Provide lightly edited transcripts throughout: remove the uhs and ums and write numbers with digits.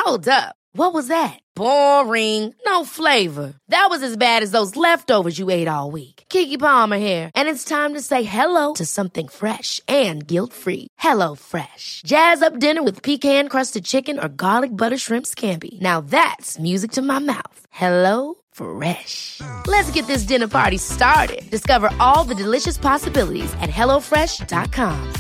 Hold up. What was that? Boring. No flavor. That was as bad as those leftovers you ate all week. Keke Palmer here, and it's time to say hello to something fresh and guilt-free. Hello Fresh. Jazz up dinner with pecan-crusted chicken or garlic butter shrimp scampi. Now that's music to my mouth. Hello Fresh. Let's get this dinner party started. Discover all the delicious possibilities at hellofresh.com.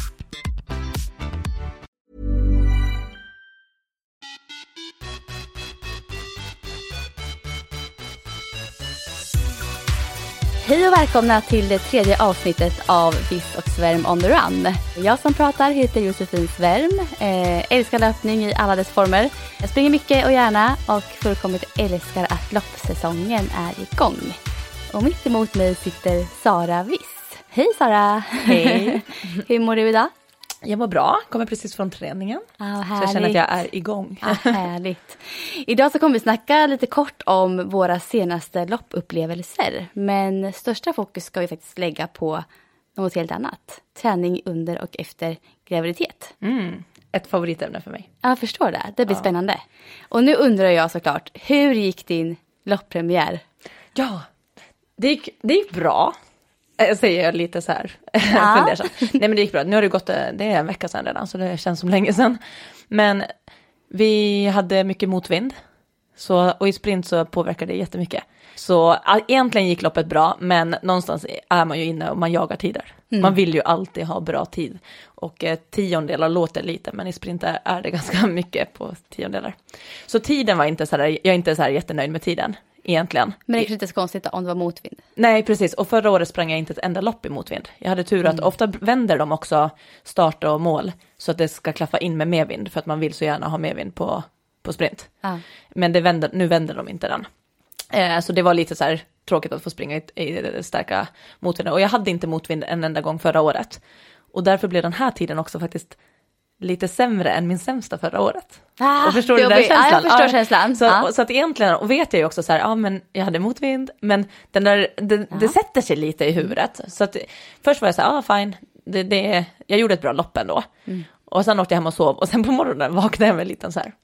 Hej och välkomna till det tredje avsnittet av Viss och Svärm on the Run. Jag som pratar heter Josefin Svärm, älskar löpning i alla dess former. Jag springer mycket och gärna och fullkomligt älskar att loppsäsongen är igång. Och mitt emot mig sitter Sara Viss. Hej Sara! Hej! Hur mår du idag? Jag mår bra, kommer precis från träningen. Så jag känner att jag är igång. Härligt. Idag så kommer vi snacka lite kort om våra senaste loppupplevelser. Men största fokus ska vi faktiskt lägga på något helt annat. Träning under och efter graviditet. Ett favoritämne för mig. Jag förstår det. Det blir spännande. Och nu undrar jag såklart, hur gick din lopppremiär? Ja, det gick bra. Säger jag lite så här. Fundersam. Nej, men det gick bra. Nu har det gått, det är en vecka sedan redan, så det känns som länge sedan. Men vi hade mycket motvind. Och i sprint så påverkade det jättemycket. Så egentligen gick loppet bra, men någonstans är man ju inne och man jagar tider. Man vill ju alltid ha bra tid. Och tiondelar låter lite, men i sprint är det ganska mycket på tiondelar. Så tiden var inte så här, jag är inte så här jättenöjd med tiden. Egentligen. Men det är inte så konstigt om det var motvind. Nej, precis. Och förra året sprang jag inte ett enda lopp i motvind. Jag hade tur att ofta vänder de också start och mål så att det ska klaffa in med medvind, för att man vill så gärna ha medvind på sprint. Men nu vänder de inte den. Så det var lite så här tråkigt att få springa i starka motvind. Och jag hade inte motvind en enda gång förra året. Och därför blev den här tiden också faktiskt lite sämre än min sämsta förra året. Och förstår du den känslan? Ja, jag förstår känslan. Så att egentligen, och vet jag ju också så här, men jag hade motvind, men det sätter sig lite i huvudet. Så att först var jag så här, fine, jag gjorde ett bra lopp ändå. Och sen åkte jag hem och sov, och sen på morgonen vaknade jag med lite så här,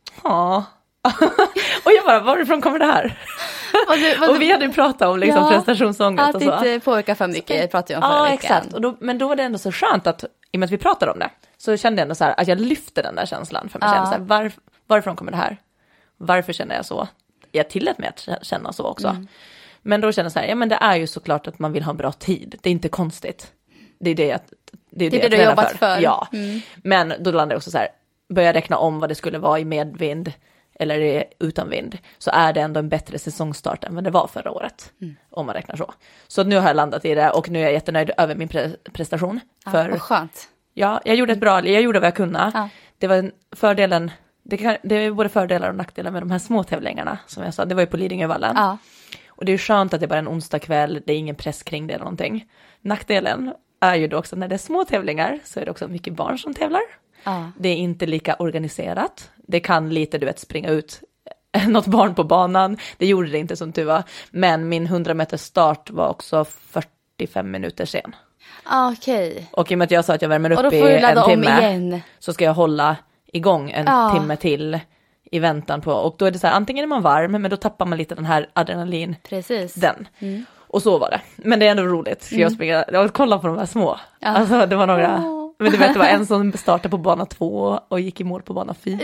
och jag bara, varifrån kommer det här? Och vi hade ju pratat om liksom prestationsångest och så. Att inte påverka för mycket, pratade jag om förra veckan. Exakt. Men då var det ändå så skönt att, i och med att vi pratade om det, så kände jag ändå så här, att jag lyfte den där känslan för mig själv. Så här, varifrån kommer det här? Varför känner jag så? Jag tillät mig att känna så också. Men då kände jag så här, men det är ju såklart att man vill ha en bra tid. Det är inte konstigt. Det är det du har jobbat för. Ja. Men då landade jag också så här, började räkna om vad det skulle vara i medvind eller utan vind, så är det ändå en bättre säsongstart än vad det var förra året. Om man räknar så. Så nu har jag landat i det, och nu är jag jättenöjd över min prestation. Vad skönt. Ja, jag gjorde jag gjorde vad jag kunde. Det var fördelen, det är både fördelar och nackdelar med de här små tävlingarna, som jag sa. Det var ju på Lidingövallen. Och det är ju skönt att det bara är en onsdag kväll, det är ingen press kring det eller någonting. Nackdelen är ju då också, när det är små tävlingar så är det också mycket barn som tävlar. Det är inte lika organiserat. Det kan lite, springa ut något barn på banan. Det gjorde det inte, som tur var. Men min 100 meters start var också 45 minuter sen. Okej. Och i och med att jag sa att jag värmer upp i en timme, så ska jag hålla igång en timme till i väntan på. Och då är det så här, antingen är man varm, men då tappar man lite den här adrenalin. Precis. Och så var det. Men det är ändå roligt, för jag kollade på de här små. Alltså det var några... Men du vet, det var en som startade på bana 2 och gick i mål på bana 4.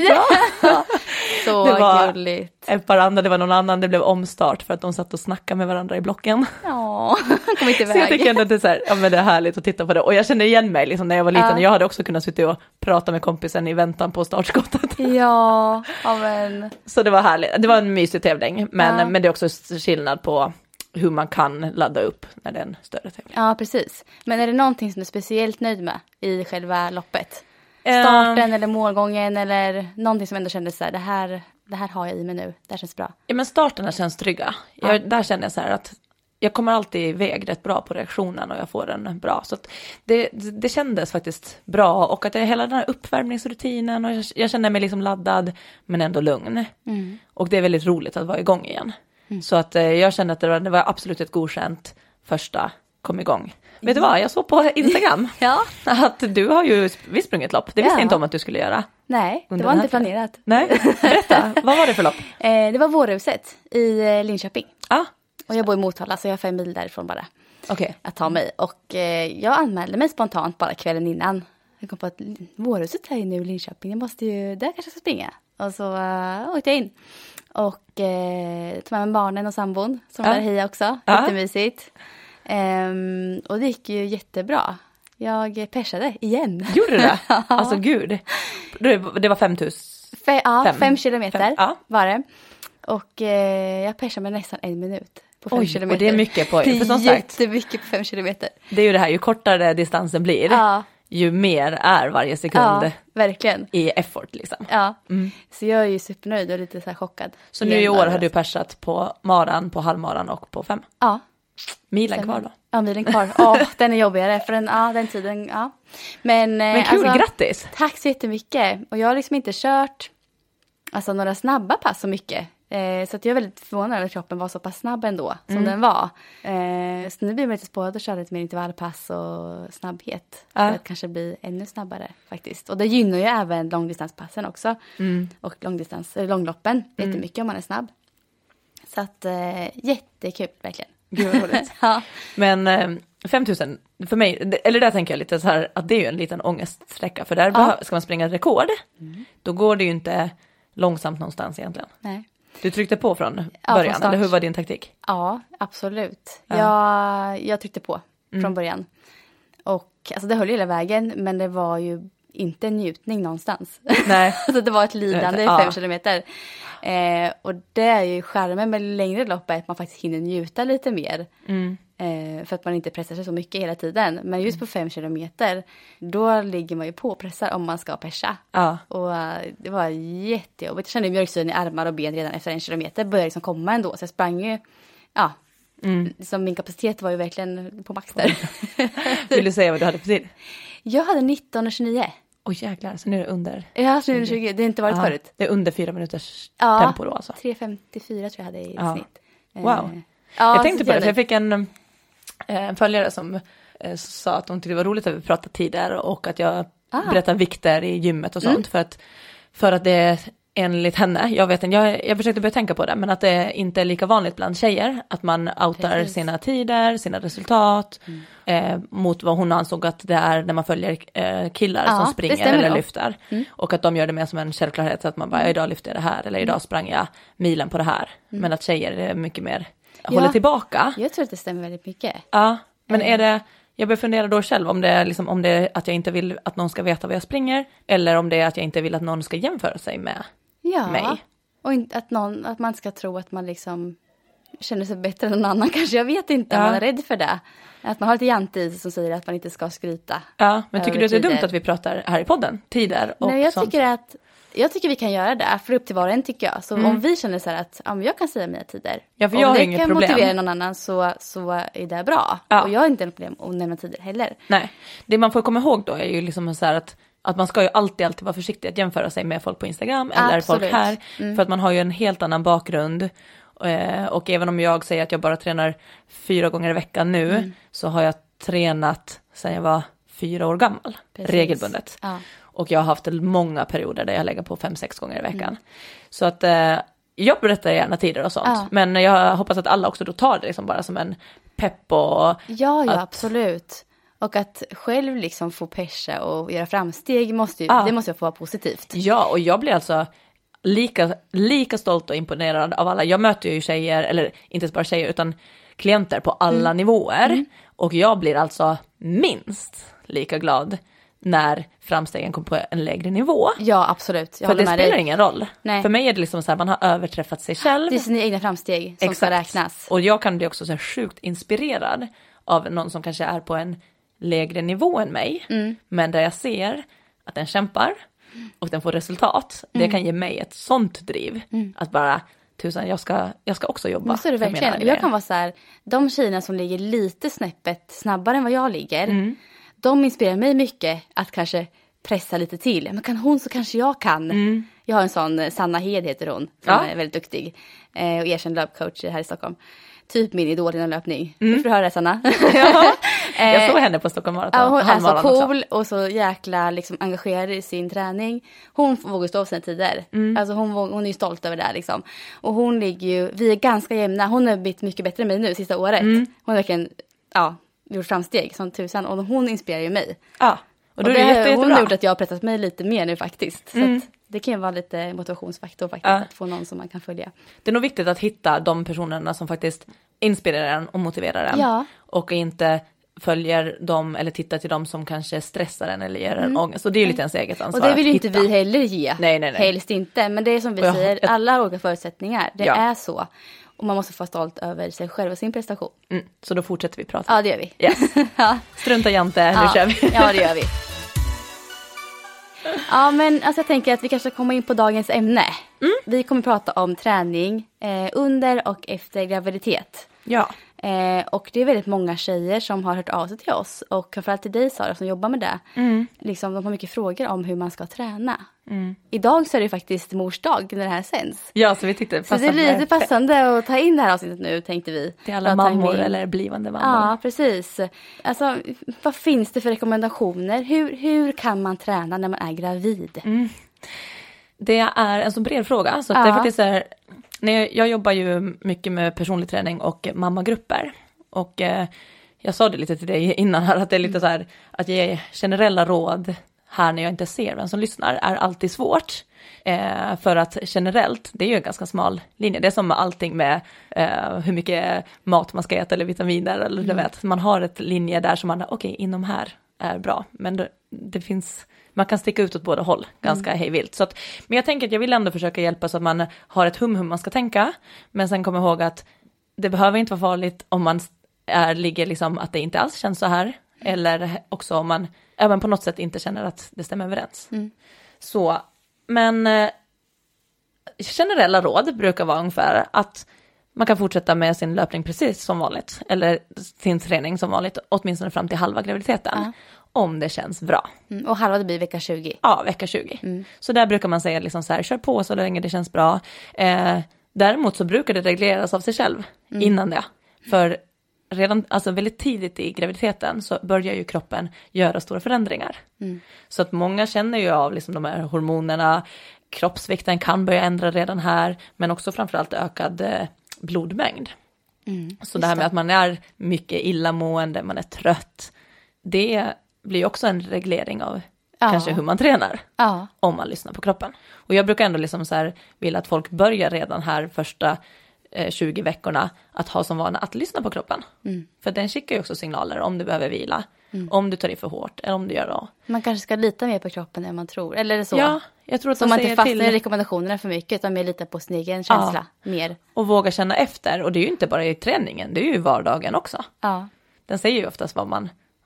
Så det var gulligt. Ett par andra, det var någon annan, det blev omstart för att de satt och snackade med varandra i blocken. Kom inte iväg. Så jag tycker ändå att det är så här, men det är härligt att titta på det. Och jag kände igen mig liksom, när jag var liten. Jag hade också kunnat sitta och prata med kompisen i väntan på startskottet. Men... Så det var härligt. Det var en mysig tävling. Men det är också skillnad på hur man kan ladda upp när det är en större tävling. Ja, precis. Men är det någonting som du är speciellt nöjd med i själva loppet? Starten eller målgången eller någonting som ändå kändes så här, det här har jag i mig nu, det här känns bra. Ja, men starterna känns trygga. Där känner jag så här att jag kommer alltid iväg rätt bra på reaktionen och jag får den bra. Så att det kändes faktiskt bra, och att hela den här uppvärmningsrutinen, och jag känner mig liksom laddad men ändå lugn. Och det är väldigt roligt att vara igång igen. Så att jag kände att det var absolut ett godkänt första kom igång. Vet du vad, jag såg på Instagram att du har ju visst sprungit lopp. Det visste jag inte om att du skulle göra. Nej, det var inte planerat. Nej, berätta. Vad var det för lopp? Det var Vårhuset i Linköping. Ja. Och jag bor i Motala så jag har 5 mil därifrån bara. Okej. Att ta mig. Och jag anmälde mig spontant bara kvällen innan. Jag kom på att Vårhuset är nu i Linköping. Där kanske jag ska springa. Och så åkte jag in. Och tog med barnen och sambon som var heja också. Jättemysigt. Och det gick ju jättebra. Jag persade igen. Gjorde du det? Alltså gud. Det var 5000? 5 kilometer var det. Och jag persade med nästan 1 minut på 5 kilometer. Och det är mycket på, för som sagt, jättemycket på 5 kilometer. Det är ju det här, ju kortare distansen blir, ju mer är varje sekund verkligen. I effort liksom. Ja, så jag är ju supernöjd och lite så här chockad. Så nu i år har du persat på maran, på halvmaran och på 5? Ja. Milen kvar då? Ja, milen kvar. Den är jobbigare för den tiden, Men kul, alltså, grattis! Tack så jättemycket. Och jag har liksom inte kört några snabba pass så mycket. Så att jag är väldigt förvånad över att kroppen var så pass snabb ändå som den var. Så nu blir man lite spårad att köra lite mer intervallpass och snabbhet. För att kanske bli ännu snabbare faktiskt. Och det gynnar ju även långdistanspassen också. Och långloppen jättemycket om man är snabb. Så att jättekul verkligen. Gud vad roligt. Men 5000 för mig, eller där tänker jag lite så här att det är ju en liten ångeststräcka. För där ska man springa ett rekord. Då går det ju inte långsamt någonstans egentligen. Nej. Du tryckte på från början, eller hur var din taktik? Ja, absolut. Jag tryckte på från början. Och alltså det höll hela vägen, men det var ju inte en njutning någonstans. Nej. Så det var ett lidande i 5 kilometer. Och det är ju skärmen med längre lopp är att man faktiskt hinner njuta lite mer. För att man inte pressar sig så mycket hela tiden. Men just på 5 kilometer, då ligger man ju på och pressar om man ska persa. Och det var jättejobbigt. Jag kände mjölksyren i armar och ben redan efter 1 kilometer. Började liksom komma ändå. Så jag sprang ju, som min kapacitet var ju verkligen på max där. Vill du säga vad du hade för tid? Jag hade 19:29. Jäklar, så nu är det under 20. Ja, så nu är det 20. Det har inte varit förut. Det är under 4 minuters tempo då alltså. 3:54 tror jag hade i snitt. Wow. Jag tänkte på det, för jag fick en följare som sa att hon tyckte det var roligt att vi pratade tider och att jag berättar vikter i gymmet och sånt. För att det är enligt henne, jag försökte börja tänka på det, men att det inte är lika vanligt bland tjejer att man outar sina tider, sina resultat mot vad hon ansåg att det är när man följer killar som springer eller lyfter. Och att de gör det mer som en självklarhet, att man bara, idag lyfter jag det här eller idag sprang jag milen på det här. Men att tjejer är mycket mer håller tillbaka. Jag tror att det stämmer väldigt mycket. Ja, men är det, jag börjar fundera då själv om det är att jag inte vill att någon ska veta vad jag springer, eller om det är att jag inte vill att någon ska jämföra sig med mig. Och att man ska tro att man liksom känner sig bättre än någon annan kanske. Jag vet inte om man är rädd för det. Att man har lite jante i som säger att man inte ska skryta. Ja, men tycker du att det är dumt att vi pratar här i podden? Tider och sånt? Jag tycker vi kan göra det, för upp till var och en tycker jag. Så om vi känner så här att jag kan säga mina tider. Ja, för jag har inget problem. Om det kan motivera någon annan så är det bra. Ja. Och jag har inte något problem att nämna tider heller. Nej, det man får komma ihåg då är ju liksom så här att man ska ju alltid vara försiktig att jämföra sig med folk på Instagram eller folk här. För att man har ju en helt annan bakgrund. Och även om jag säger att jag bara tränar 4 gånger i veckan nu, så har jag tränat sedan jag var 4 år gammal. Regelbundet. Ja. Och jag har haft många perioder där jag lägger på 5-6 gånger i veckan. Så att jag berättar gärna tider och sånt. Ja. Men jag hoppas att alla också då tar det liksom bara som en pepp och... Ja, absolut. Och att själv liksom få persa och göra framsteg det måste ju få vara positivt. Ja, och jag blir alltså lika stolt och imponerad av alla. Jag möter ju tjejer, eller inte bara tjejer utan klienter på alla nivåer. Och jag blir alltså minst lika glad när framstegen kommer på en lägre nivå. Ja, absolut. För det spelar ingen roll. Nej. För mig är det liksom så här, man har överträffat sig själv. Det är sina egna framsteg som ska räknas. Och jag kan bli också så här sjukt inspirerad av någon som kanske är på en lägre nivå än mig. Men där jag ser att den kämpar och den får resultat. Det kan ge mig ett sånt driv. Att bara, tusan, jag ska också jobba. Men så är det verkligen. Jag kan vara så här, de tjejerna som ligger lite snäppet snabbare än vad jag ligger. De inspirerar mig mycket att kanske pressa lite till. Men kan hon så kanske jag kan. Jag har en sån, Sanna Hed heter hon, som är väldigt duktig. Och erkänd löpcoach här i Stockholm. typ min idol inom löpning. Du får höra det, Sanna. Ja, jag såg henne på Stockholm Marathon. Ja, hon är så cool och så jäkla liksom engagerad i sin träning. Hon vågar stå för sina tider. Alltså hon är ju stolt över det liksom. Och hon ligger ju, vi är ganska jämna. Hon har blivit mycket bättre än mig nu sista året. Hon har verkligen gjort framsteg som tusan. Och hon inspirerar ju mig. Ja, och då är det jättebra. Hon har gjort att jag har pressat mig lite mer nu faktiskt. Så att det kan ju vara lite motivationsfaktor faktiskt, att få någon som man kan följa. Det är nog viktigt att hitta de personerna som faktiskt inspirerar en och motiverar en. Ja. Och inte följer dem eller tittar till dem som kanske stressar en eller ger en ångest. Så det är ju lite ens eget ansvar. Och det vill ju inte vi heller ge. Nej. Helst inte. Men det är som vi säger, alla har olika förutsättningar. Det är så. Och man måste vara stolt över sig själv och sin prestation. Så då fortsätter vi prata. Ja, det gör vi. Yes. Strunta Jante, nu kör vi. Ja, det gör vi. Ja, men alltså jag tänker att vi kanske kommer in på dagens ämne. Vi kommer prata om träning under och efter graviditet. Ja. Och det är väldigt många tjejer som har hört av sig till oss. Och framförallt till dig, Sara, som jobbar med det. Liksom, de har mycket frågor om hur man ska träna. Idag så är det faktiskt mors dag när det här sänds. Ja, så vi tyckte så det är lite passande att ta in det här avsnittet nu, tänkte vi. Till alla mammor eller blivande mammor. Ja, precis. Alltså, vad finns det för rekommendationer? Hur kan man träna när man är gravid? Det är en så bred fråga. Så att det är faktiskt så här, jag jobbar ju mycket med personlig träning och mammagrupper. Och jag sa det lite till dig innan här, att det är lite så här, att ge generella råd här när jag inte ser vem som lyssnar är alltid svårt. För att generellt, det är ju en ganska smal linje. Det är som med allting med hur mycket mat man ska äta eller vitaminer. Eller du vet, man har ett linje där som man, okej, inom här är bra. Men det finns, man kan sticka ut åt båda håll ganska hejvilt. Så att, men jag tänker att jag vill ändå försöka hjälpa så att man har ett hur man ska tänka. Men sen kommer ihåg att det behöver inte vara farligt om man ligger liksom att det inte alls känns så här. Eller också om man även på något sätt inte känner att det stämmer överens. Så, men generella råd brukar vara ungefär att man kan fortsätta med sin löpning precis som vanligt. Eller sin träning som vanligt, åtminstone fram till halva graviditeten. Om det känns bra. Och halva det blir vecka 20. Ja, vecka 20. Så där brukar man säga liksom så här, kör på så länge det känns bra. Däremot så brukar det regleras av sig själv innan det. För redan alltså väldigt tidigt i graviditeten så börjar ju kroppen göra stora förändringar. Så att många känner ju av liksom de här hormonerna, kroppsvikten kan börja ändra redan här, men också framförallt ökad blodmängd. Så det här med att man är mycket illamående, man är trött, det blir också en reglering av kanske hur man tränar om man lyssnar på kroppen. Och jag brukar ändå liksom så här, vill att folk börjar redan här första 20 veckorna att ha som vana att lyssna på kroppen. För den skickar ju också signaler om du behöver vila, om du tar i för hårt eller om du gör det. Man kanske ska lita mer på kroppen än man tror, eller är det så? Ja, jag tror att så man inte fastnar i rekommendationerna för mycket utan mer lita på sin egen känsla mer. Och våga känna efter, och det är ju inte bara i träningen, det är ju i vardagen också. Den säger ju oftast vad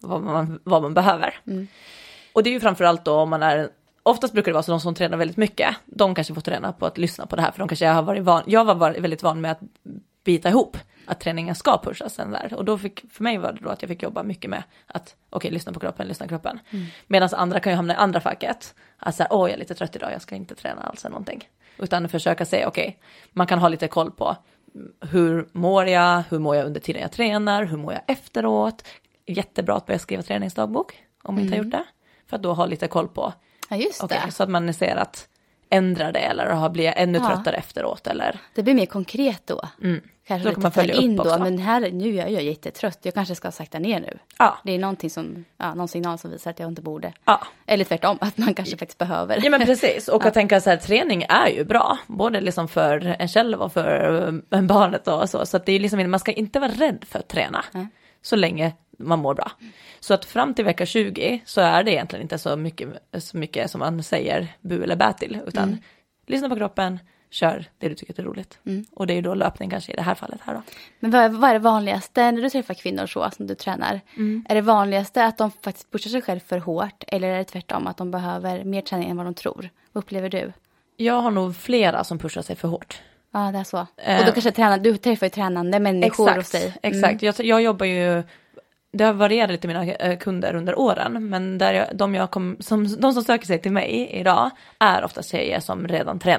man behöver. Och det är ju framförallt då om man är, oftast brukar det vara så de som tränar väldigt mycket, de kanske får träna på att lyssna på det här, för de kanske jag var väldigt van med att bita ihop att träningen ska pushas sen där. Och då för mig var det då att jag fick jobba mycket med att lyssna på kroppen. Medan andra kan ju hamna i andra facket. Att så här, jag är lite trött idag, jag ska inte träna alls eller någonting. Utan försöka se, man kan ha lite koll på hur mår jag under tiden jag tränar, hur mår jag efteråt. Jättebra att börja skriva träningsdagbok om man inte har gjort det. För att då ha lite koll på. Ja, just det. Så att man ser att ändra det eller blir ännu tröttare efteråt. Eller... Det blir mer konkret då. Kanske då kan lite in då. Men nu är jag jättetrött. Jag kanske ska sakta ner nu. Det är någonting som, någon signal som visar att jag inte borde. Eller tvärtom, att man kanske faktiskt behöver. Ja, men precis. Och jag tänker så här, träning är ju bra. Både liksom för en själv och för barnet och så. Så att det är liksom, man ska inte vara rädd för att träna. Så länge man mår bra. Så att fram till vecka 20 så är det egentligen inte så mycket som man säger bu eller bä till. Utan lyssna på kroppen, kör det du tycker är roligt. Och det är ju då löpning kanske i det här fallet här då. Men vad är det vanligaste när du träffar kvinnor så som du tränar? Är det vanligaste att de faktiskt pushar sig själv för hårt? Eller är det tvärtom att de behöver mer träning än vad de tror? Vad upplever du? Jag har nog flera som pushar sig för hårt. Ja, det är så. Och då kanske du träffar ju tränande människor hos dig. Exakt, jag jobbar ju, det har varierat lite mina kunder under åren, men de som söker sig till mig idag är ofta tjejer som redan tränar.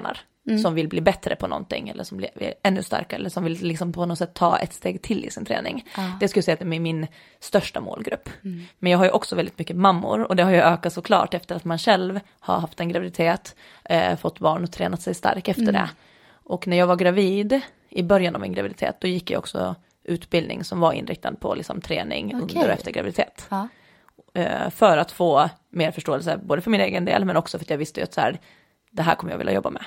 som vill bli bättre på någonting eller som blir ännu starkare eller som vill liksom på något sätt ta ett steg till i sin träning. Det skulle jag säga att det är min största målgrupp. Men jag har ju också väldigt mycket mammor och det har ju ökat såklart efter att man själv har haft en graviditet, fått barn och tränat sig stark efter det. Och när jag var gravid i början av min graviditet, då gick jag också utbildning som var inriktad på liksom träning under och efter graviditet. För att få mer förståelse både för min egen del men också för att jag visste att så här, det här kommer jag vilja jobba med.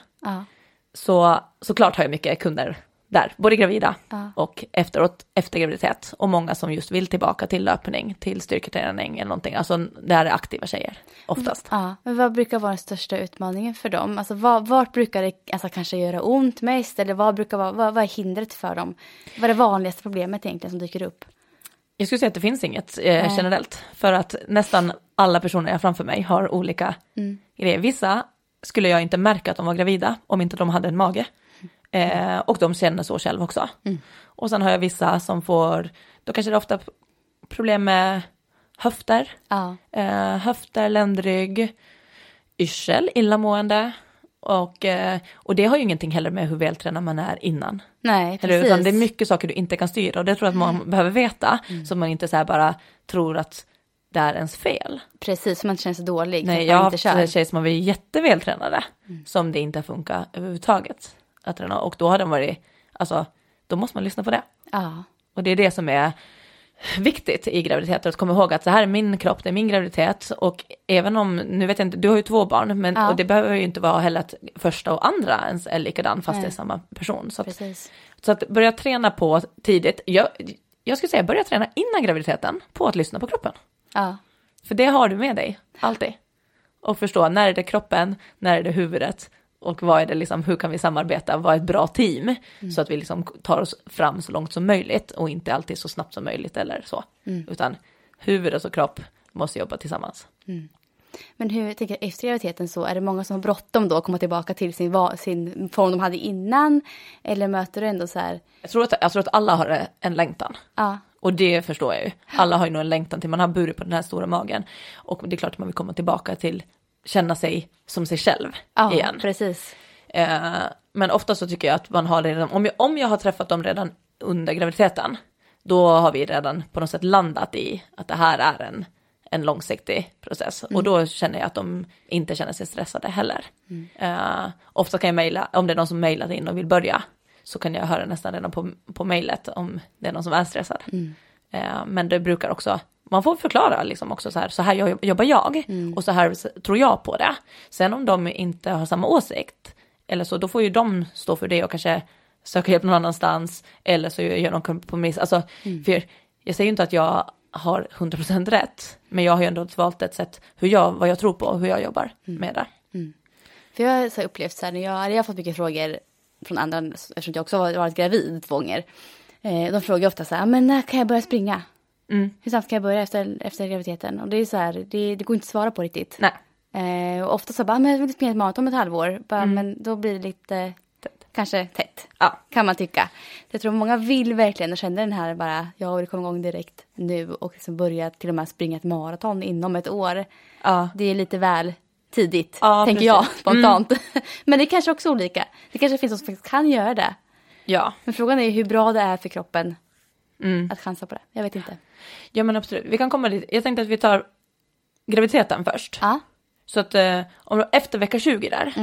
Såklart har jag mycket kunder där, både gravida och efter graviditet. Och många som just vill tillbaka till löpning, till styrketräning eller någonting. Alltså det här är aktiva tjejer, oftast. Men vad brukar vara den största utmaningen för dem? Alltså vart brukar det kanske göra ont mest? Eller vad är hindret för dem? Vad är det vanligaste problemet egentligen som dyker upp? Jag skulle säga att det finns inget generellt. För att nästan alla personer jag framför mig har olika grejer. Vissa skulle jag inte märka att de var gravida om inte de hade en mage. Och de känner så själv också. Och sen har jag vissa som får, då kanske det är ofta problem med höfter. Höfter, ländrygg, yrsel, illamående. Och det har ju ingenting heller med hur vältränad man är innan. Nej, precis. Utan det är mycket saker du inte kan styra. Och det tror jag att man behöver veta. Så man inte så här bara tror att det är ens fel. Precis, så man inte känner sig dålig. Nej, jag har haft tjejer som har varit jättevältränade. Som det inte funkar överhuvudtaget att träna. Och då har de varit, alltså, då måste man lyssna på det. Och det är det som är viktigt i graviditet. Att komma ihåg att det här är min kropp, det är min graviditet. Och även om, nu vet jag inte, du har ju 2 barn. Men, och det behöver ju inte vara heller att första och andra ens är likadan fast det är samma person. Så att börja träna på tidigt. Jag skulle säga börja träna innan graviditeten på att lyssna på kroppen. För det har du med dig, alltid. Och förstå, när är det kroppen, när är det huvudet och vad är det liksom, hur kan vi samarbeta, vad är ett bra team så att vi liksom tar oss fram så långt som möjligt och inte alltid så snabbt som möjligt eller så. Utan huvudet och kropp måste jobba tillsammans. Men hur tänker jag, efter graviditeten så är det många som har bråttom då att komma tillbaka till sin form de hade innan, eller möter du ändå så här? Jag tror att alla har en längtan. Och det förstår jag ju. Alla har ju nog en längtan till man har burit på den här stora magen. Och det är klart att man vill komma tillbaka till känna sig som sig själv igen. Precis. Men ofta så tycker jag att man har redan, om jag har träffat dem redan under graviditeten, då har vi redan på något sätt landat i att det här är en långsiktig process. Och då känner jag att de inte känner sig stressade heller. Ofta kan jag mejla, om det är någon som mejlar in och vill börja, så kan jag höra nästan redan på mejlet om det är någon som är stressad. Men det brukar också, man får förklara liksom också så här jobbar jag och så här tror jag på det. Sen om de inte har samma åsikt eller så, då får ju de stå för det och kanske söka hjälp någon annanstans eller så gör någon kompromiss. Alltså, för jag säger ju inte att jag har 100% rätt, men jag har ju ändå valt ett sätt vad jag tror på och hur jag jobbar med det. För jag har så upplevt så här, jag har fått mycket frågor från andra, eftersom jag också har varit gravid 2 gånger. De frågar ofta så här, men när kan jag börja springa? Hur snabbt kan jag börja efter graviditeten? Och det är så här, det går inte att svara på riktigt. Nej. Och ofta så bara, men jag vill springa ett maraton om ett halvår. Men då blir det lite, kanske tätt, kan man tycka. Så jag tror många vill verkligen och känner den här bara, jag vill komma igång direkt nu och liksom börja till och med springa ett maraton inom ett år. Det är lite väl tidigt, tänker precis. Jag spontant. Men det är kanske också olika. Det kanske finns någon som faktiskt kan göra det. Men frågan är ju hur bra det är för kroppen att chansa på det. Jag vet inte. Ja, men absolut. Vi kan komma dit. Jag tänkte att vi tar graviditeten först. Så att om efter vecka 20 där,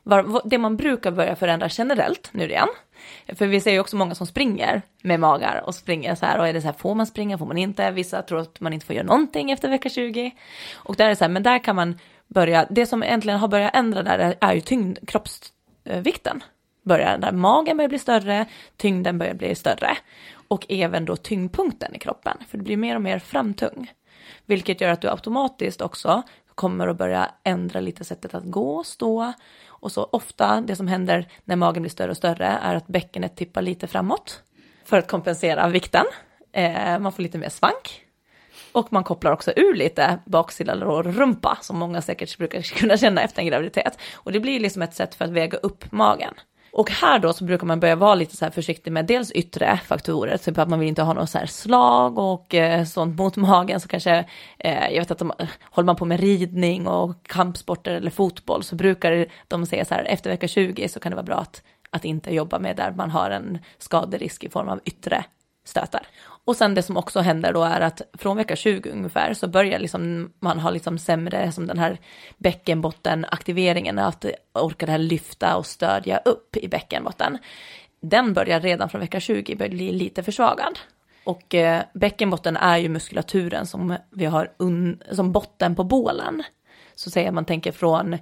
det man brukar börja förändra generellt nu igen. För vi ser ju också många som springer med magar och springer så här. Och är det så här, får man springa, får man inte? Vissa tror att man inte får göra någonting efter vecka 20. Och där är det så här, men där kan man börja, det som äntligen har börjat ändra där är ju kroppsvikten. Där magen börjar bli större, tyngden börjar bli större. Och även då tyngdpunkten i kroppen. För det blir mer och mer framtung. Vilket gör att du automatiskt också kommer att börja ändra lite sättet att gå, stå. Och så ofta det som händer när magen blir större och större är att bäckenet tippar lite framåt. För att kompensera vikten. Man får lite mer svank. Och man kopplar också ur lite baksida och rumpa. Som många säkert brukar kunna känna efter en graviditet. Och det blir liksom ett sätt för att väga upp magen. Och här då så brukar man börja vara lite så här försiktig med dels yttre faktorer, typ att man vill inte ha något så här slag och sånt mot magen, så kanske, jag vet att håller man på med ridning och kampsporter eller fotboll, så brukar de säga så här, efter vecka 20 så kan det vara bra att inte jobba med där man har en skaderisk i form av yttre stötar. Och sen det som också händer då är att från vecka 20 ungefär så börjar liksom man ha liksom sämre, som den här bäckenbottenaktiveringen, att orka det här lyfta och stödja upp i bäckenbotten. Den börjar redan från vecka 20 bli lite försvagad. Och bäckenbotten är ju muskulaturen som vi har som botten på bålen. Så säger man tänker från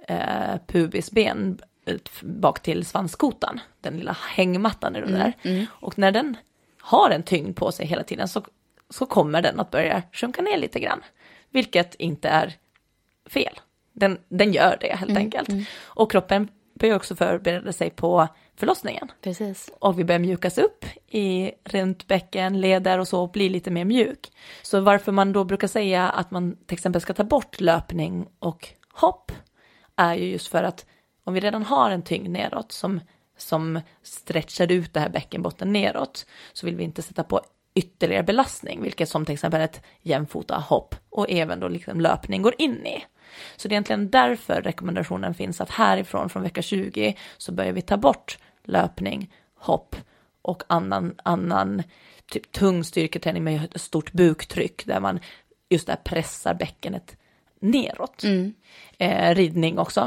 pubisben bak till svanskotan, den lilla hängmattan är det där. Och när den har en tyngd på sig hela tiden så kommer den att börja sjunka ner lite grann. Vilket inte är fel. Den gör det helt enkelt. Och kroppen börjar också förbereda sig på förlossningen. Precis. Och vi börjar mjukas upp runt bäcken, leder och så, och blir lite mer mjuk. Så varför man då brukar säga att man till exempel ska ta bort löpning och hopp är ju just för att om vi redan har en tyngd neråt som stretchar ut det här bäckenbotten neråt, så vill vi inte sätta på ytterligare belastning, vilket som till exempel ett jämfota hopp och även då liksom löpning går in i. Så det är egentligen därför rekommendationen finns att härifrån från vecka 20 så börjar vi ta bort löpning, hopp och annan typ tung styrketräning med ett stort buktryck där man just där pressar bäckenet neråt. Ridning också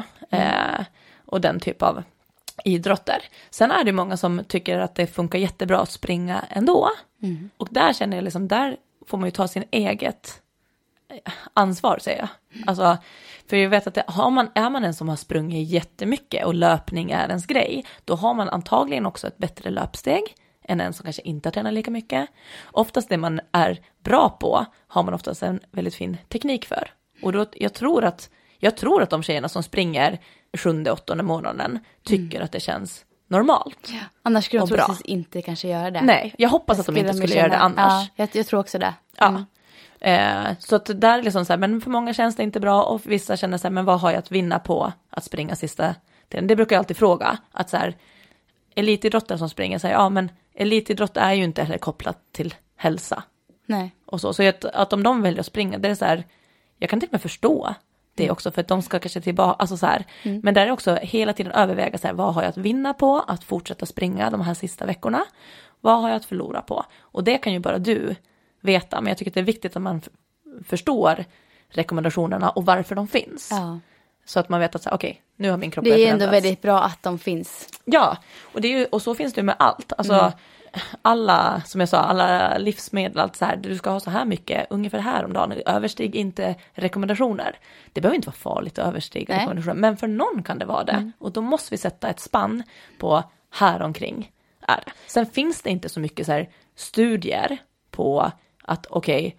och den typ av idrotter. Sen är det många som tycker att det funkar jättebra att springa ändå. Och där känner jag liksom, där får man ju ta sin eget ansvar, säger jag. Alltså, för jag vet att är man en som har sprungit jättemycket och löpning är ens grej, då har man antagligen också ett bättre löpsteg än en som kanske inte har tränat lika mycket. Oftast det man är bra på har man oftast en väldigt fin teknik för. Och då, jag tror att de tjejerna som springer 7-8 månaden tycker att det känns normalt. Ja. Annars skulle de troligtvis inte kanske göra det. Nej, jag hoppas att de inte skulle göra det annars. Ja, jag tror också det. Ja. Så att där är liksom så här, men för många känns det inte bra och vissa känner så här, men vad har jag att vinna på att springa sista tiden? Det brukar jag alltid fråga, att så här, elitidrottare som springer säger, ja men elitidrott är ju inte heller kopplat till hälsa. Nej. Och så att om de väljer att springa, det är så här, jag kan till och med förstå det också, för att de ska kanske tillbaka, alltså så här. Men där är också hela tiden överväga så här, vad har jag att vinna på att fortsätta springa de här sista veckorna? Vad har jag att förlora på? Och det kan ju bara du veta, men jag tycker att det är viktigt att man förstår rekommendationerna och varför de finns. Ja. Så att man vet att så här, okej, nu har min kropp det är ändå väldigt bra att de finns. Ja, och så finns det med allt. Alltså alla, som jag sa, alla livsmedel, allt så här, du ska ha så här mycket, ungefär här om dagen. Överstig inte rekommendationer. Det behöver inte vara farligt att överstiga rekommendationer, men för någon kan det vara det. Och då måste vi sätta ett spann på här omkring är det. Sen finns det inte så mycket så här studier på att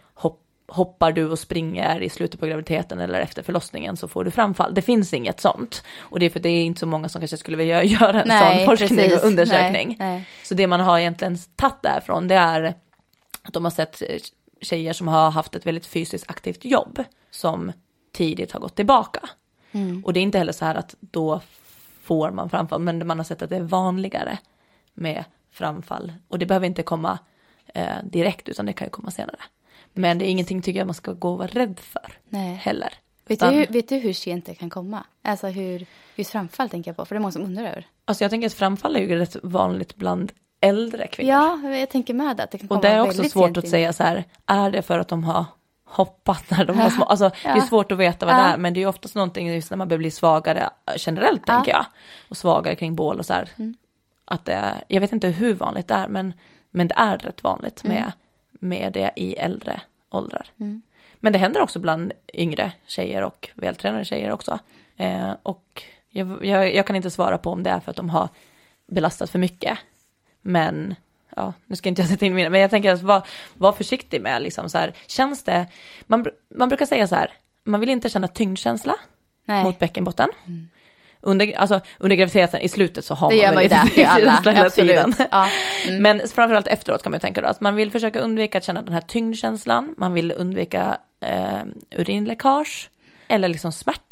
hoppar du och springer i slutet på graviditeten eller efter förlossningen så får du framfall. Det finns inget sånt. Och det är för det är inte så många som kanske skulle vilja göra en sån forskning och undersökning. Nej. Så det man har egentligen tagit därifrån, det är att de har sett tjejer som har haft ett väldigt fysiskt aktivt jobb som tidigt har gått tillbaka. Och det är inte heller så här att då får man framfall, men man har sett att det är vanligare med framfall. Och det behöver inte komma direkt, utan det kan ju komma senare. Men det är ingenting tycker jag man ska gå och vara rädd för heller. Vet du hur sent det kan komma? Alltså just framfall tänker jag på, för det är många som undrar över. Alltså jag tänker att framfall är ju rätt vanligt bland äldre kvinnor. Ja, jag tänker med att det kan komma. Och det är också svårt att säga så här, är det för att de har hoppat när de var små? Alltså det är svårt att veta vad det är, men det är ju oftast någonting just när man blir svagare generellt tänker jag. Och svagare kring bål och så här. Att det är, jag vet inte hur vanligt det är, men det är rätt vanligt med det i äldre åldrar. Men det händer också bland yngre tjejer och vältränade tjejer också. Och jag kan inte svara på om det är för att de har belastat för mycket. Men ja, nu ska inte jag sätta in mina. Men jag tänker att var försiktig med liksom så här. Känns det, man brukar säga så här, man vill inte känna tyngdkänsla mot bäckenbotten. Under graviditeten i slutet så har man ju det alla hela tiden. Ja. Men framförallt efteråt kan man ju tänka då att man vill försöka undvika att känna den här tyngdkänslan. Man vill undvika urinläckage eller liksom smärta.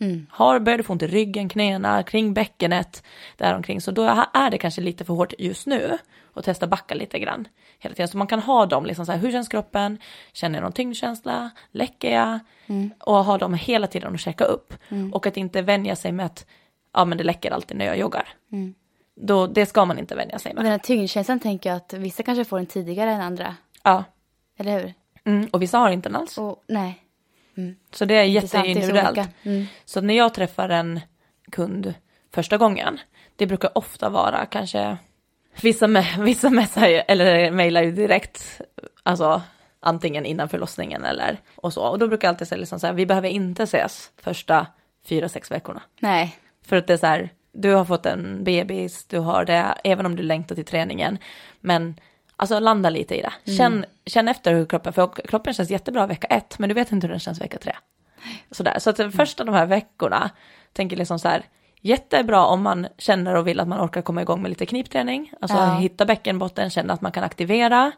Börjar du få ont i ryggen, knäna, kring bäckenet, däromkring, så då är det kanske lite för hårt just nu och testa backa lite grann hela tiden. Så man kan ha dem liksom så här, hur känns kroppen? Känner jag någon tyngdkänsla? Läcker jag? Och ha dem hela tiden och checka upp. Och att inte vänja sig med att men det läcker alltid när jag joggar. Då, det ska man inte vänja sig med. Den här tyngdkänslan tänker jag att vissa kanske får den tidigare än andra. Ja. Eller hur? Och vissa har inte den alls. Nej. Så det är jätteindividuellt. Så när jag träffar en kund första gången, det brukar ofta vara kanske vissa messar eller mejlar ju direkt, alltså antingen innan förlossningen eller och så. Och då brukar jag alltid säga liksom så här, vi behöver inte ses första 4-6 veckorna. Nej. För att det är så här, du har fått en bebis, du har det, även om du längtar till träningen. Men alltså landa lite i det. Känn efter hur kroppen känns jättebra vecka 1, men du vet inte hur den känns vecka 3. Sådär. Så att första de här veckorna tänker liksom så här, jättebra om man känner och vill att man orkar komma igång med lite knipträning. Alltså hitta bäckenbotten, känna att man kan aktivera.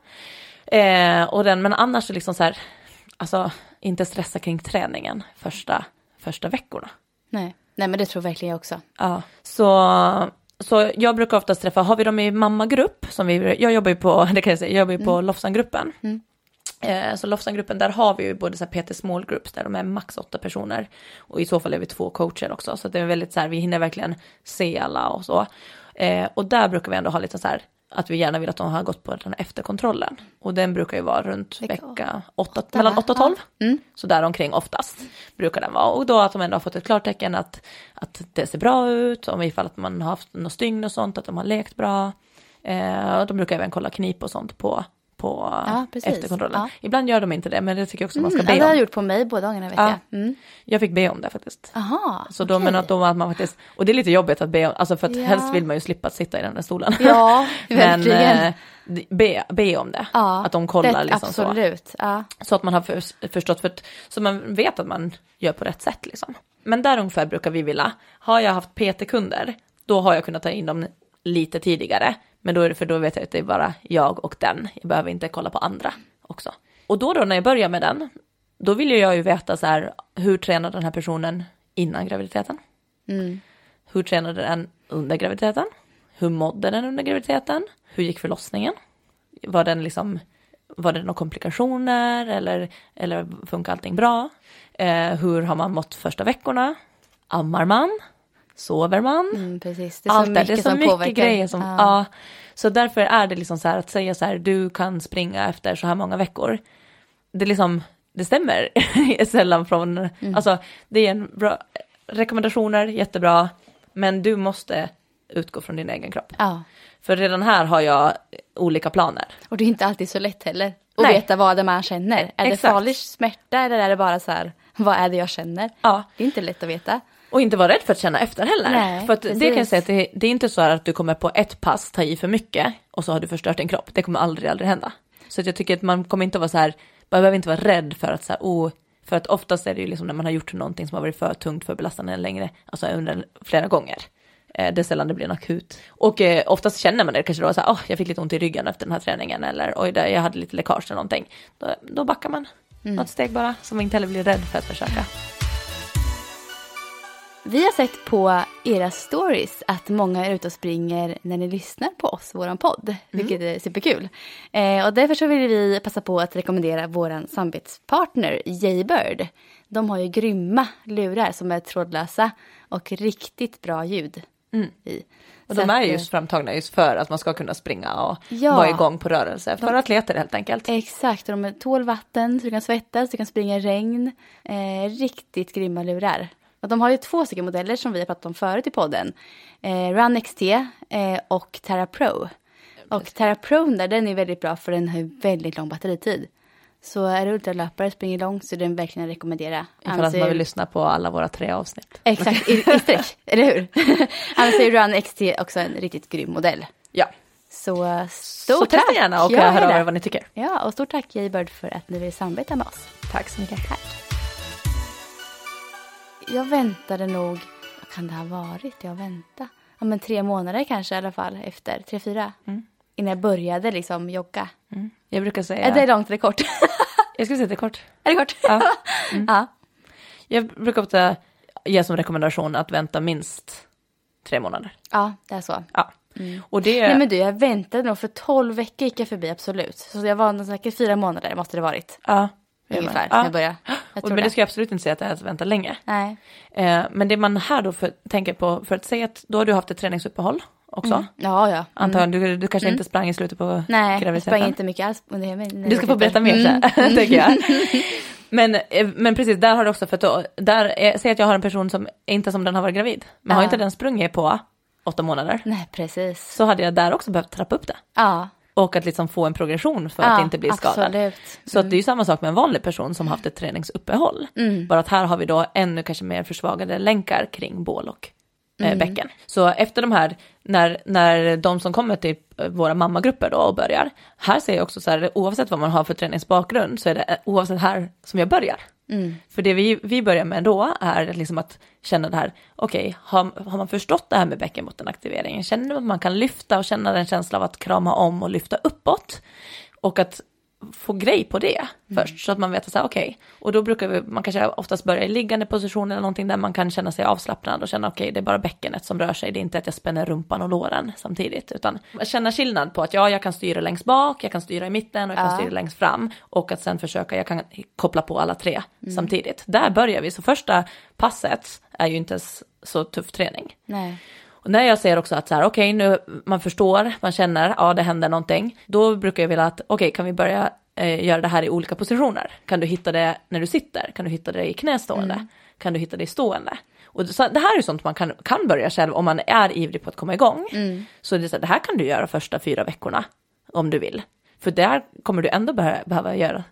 Men annars är liksom så här, alltså inte stressa kring träningen första veckorna. Nej, men det tror verkligen jag också. Ja, så jag brukar oftast träffa, har vi dem i mammagrupp, jag jobbar ju på, det kan jag säga, jag jobbar ju på Lofsan-gruppen. Så Lofsan-gruppen, där har vi ju både så här PT Small Groups, där de är max 8 personer. Och i så fall är vi 2 coacher också, så det är väldigt så här, vi hinner verkligen se alla och så. Och där brukar vi ändå ha lite så här, att vi gärna vill att de har gått på den här efterkontrollen. Och den brukar ju vara runt vecka 8, mellan 8 och 12. Så där omkring oftast brukar den vara. Och då att de ändå har fått ett klartecken att det ser bra ut. Om ifall att man har haft något stygn och sånt, att de har lekt bra. Och de brukar även kolla knip och sånt på efterkontrollen. Ja. Ibland gör de inte det, men det tycker jag också man ska be om. Det har jag gjort på mig båda gångerna, vet jag. Jag fick be om det faktiskt. Aha, så då, men att man faktiskt, och det är lite jobbigt att be om, alltså för att helst vill man ju slippa sitta i den där stolen. Ja, verkligen. Men be om det. Ja, att de kollar liksom absolut. Så. Ja. Så att man har förstått, så man vet att man gör på rätt sätt liksom. Men där ungefär brukar vi vilja, har jag haft PT-kunder, då har jag kunnat ta in dem lite tidigare. Men då vet jag att det är bara jag och den. Jag behöver inte kolla på andra också. Och då när jag börjar med den, då vill jag ju veta så här, hur tränar den här personen innan graviditeten? Hur tränade den under graviditeten? Hur mådde den under graviditeten? Hur gick förlossningen? Var det några komplikationer eller funkar allting bra? Hur har man mått första veckorna? Ammar man? Sover man? Precis. Det är så mycket grejer som så därför är det liksom så här att säga så här, du kan springa efter så här många veckor. Det stämmer sällan från alltså det är en bra rekommendationer, jättebra, men du måste utgå från din egen kropp. Ja. För redan här har jag olika planer. Och det är inte alltid så lätt heller att veta vad det man känner. Är det farlig smärta eller är det bara så här, vad är det jag känner? Ja. Det är inte lätt att veta. Och inte vara rädd för att känna efter heller. Nej, för att det kan jag säga att det är inte så att du kommer på ett pass ta i för mycket och så har du förstört din kropp. Det kommer aldrig hända. Så att jag tycker att man kommer inte vara så här, man behöver inte vara rädd för att så här, för att oftast är det ju liksom när man har gjort någonting som har varit för tungt, för belastande längre, alltså under flera gånger. Det är sällan det blir en akut. Och oftast känner man det kanske då så här, jag fick lite ont i ryggen efter den här träningen, eller oj, jag hade lite läckage eller någonting. Då backar man något steg bara, så man inte heller blir rädd för att försöka. Vi har sett på era stories att många är ute och springer när ni lyssnar på oss, våran podd, vilket är superkul. Och därför så vill vi passa på att rekommendera våran samarbetspartner Jaybird. De har ju grymma lurar som är trådlösa och riktigt bra ljud i. Och de är just framtagna just för att man ska kunna springa och vara igång på rörelse. För atleter helt enkelt. Exakt, och de tål vatten så du kan svettas, du kan springa i regn. Riktigt grymma lurar. Och de har ju 2 stycken modeller som vi har pratat om förut i podden. Run XT och Terra Pro. Och Terra Pro den är väldigt bra för den har väldigt lång batteritid. Så är du ultralöpare, springer långt, så är den verkligen att rekommendera. Ifall att man vill lyssna på alla våra 3 avsnitt. Exakt, i sträck, eller hur? Annars är Run XT också en riktigt grym modell. Ja. Så stort tack. Så gärna och hör av er vad ni tycker. Ja, och stort tack Jaybird för att ni vill samarbeta med oss. Tack så mycket. Tack. Jag väntade nog, vad kan det ha varit? Jag väntade. Ja, men 3 månader kanske i alla fall efter, 3-4. Innan jag började liksom jogga. Jag brukar säga... Är det långt eller kort? Jag skulle säga att det är kort. Är det kort? Ja. Ja. Jag brukar ofta... ger som rekommendation att vänta minst 3 månader. Ja, det är så. Ja. Och det... Nej men du, jag väntade nog för 12 veckor gick jag förbi, absolut. Så jag var nog säkert 4 månader, måste det varit. Ja. Ungefär, ja. jag började. Men det ska jag absolut inte säga att jag ska vänta länge. Nej. Men det man här då tänker på, för att säga att då har du haft ett träningsuppehåll också. Ja. Antagligen, du kanske inte sprang i slutet på graviditeten. Jag sprang inte mycket alls. Du ska få berätta mer sen, tänker jag. Men precis, där har du också, för att säg att jag har en person som inte som den har varit gravid. Men har inte den sprungit på 8 månader. Nej, precis. Så hade jag där också behövt trappa upp det. Ja. Och att liksom få en progression för att inte bli skadad. Absolut. Så att det är ju samma sak med en vanlig person som haft ett träningsuppehåll. Bara att här har vi då ännu kanske mer försvagade länkar kring bål och bäcken. Så efter de här, när de som kommer till våra mammagrupper då och börjar, här ser jag också så här, oavsett vad man har för träningsbakgrund så är det oavsett här som jag börjar. För det vi börjar med då är liksom att känna det här, okej, har man förstått det här med bäckenbottenaktiveringen? Känner du att man kan lyfta och känna den känsla av att krama om och lyfta uppåt? Och att få grej på det först så att man vet att så här, okej. Och då brukar man kanske oftast börja i liggande position eller någonting där man kan känna sig avslappnad och känna okej, det är bara bäckenet som rör sig. Det är inte att jag spänner rumpan och låren samtidigt, utan känna skillnad på att jag kan styra längst bak, jag kan styra i mitten och jag kan styra längst fram, och att sen försöka, jag kan koppla på alla 3 samtidigt. Där börjar vi. Så första passet är ju inte så tuff träning. Nej. Och när jag säger också att så här, okej, nu man förstår, man känner, ja det händer någonting, då brukar jag vilja att, okej, kan vi börja göra det här i olika positioner? Kan du hitta det när du sitter? Kan du hitta det i knästående? Kan du hitta det i stående? Och så, det här är sånt man kan börja själv om man är ivrig på att komma igång. Så det här kan du göra första 4 veckorna om du vill. För där kommer du ändå behöva göra.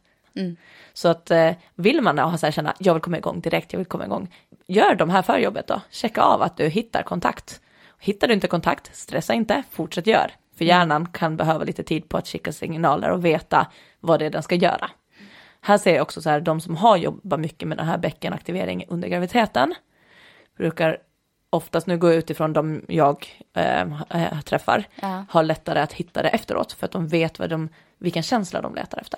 Så att vill man ha så här, känna, jag vill komma igång direkt, jag vill komma igång. Gör de här förjobbet då. Checka av att du hittar kontakt. Hittar du inte kontakt, stressa inte, fortsätt gör. För hjärnan kan behöva lite tid på att skicka signaler och veta vad det är den ska göra. Här ser jag också så här, de som har jobbat mycket med den här bäckenaktivering under graviditeten brukar oftast, nu gå utifrån de jag träffar, har lättare att hitta det efteråt för att de vet vilken känsla de letar efter.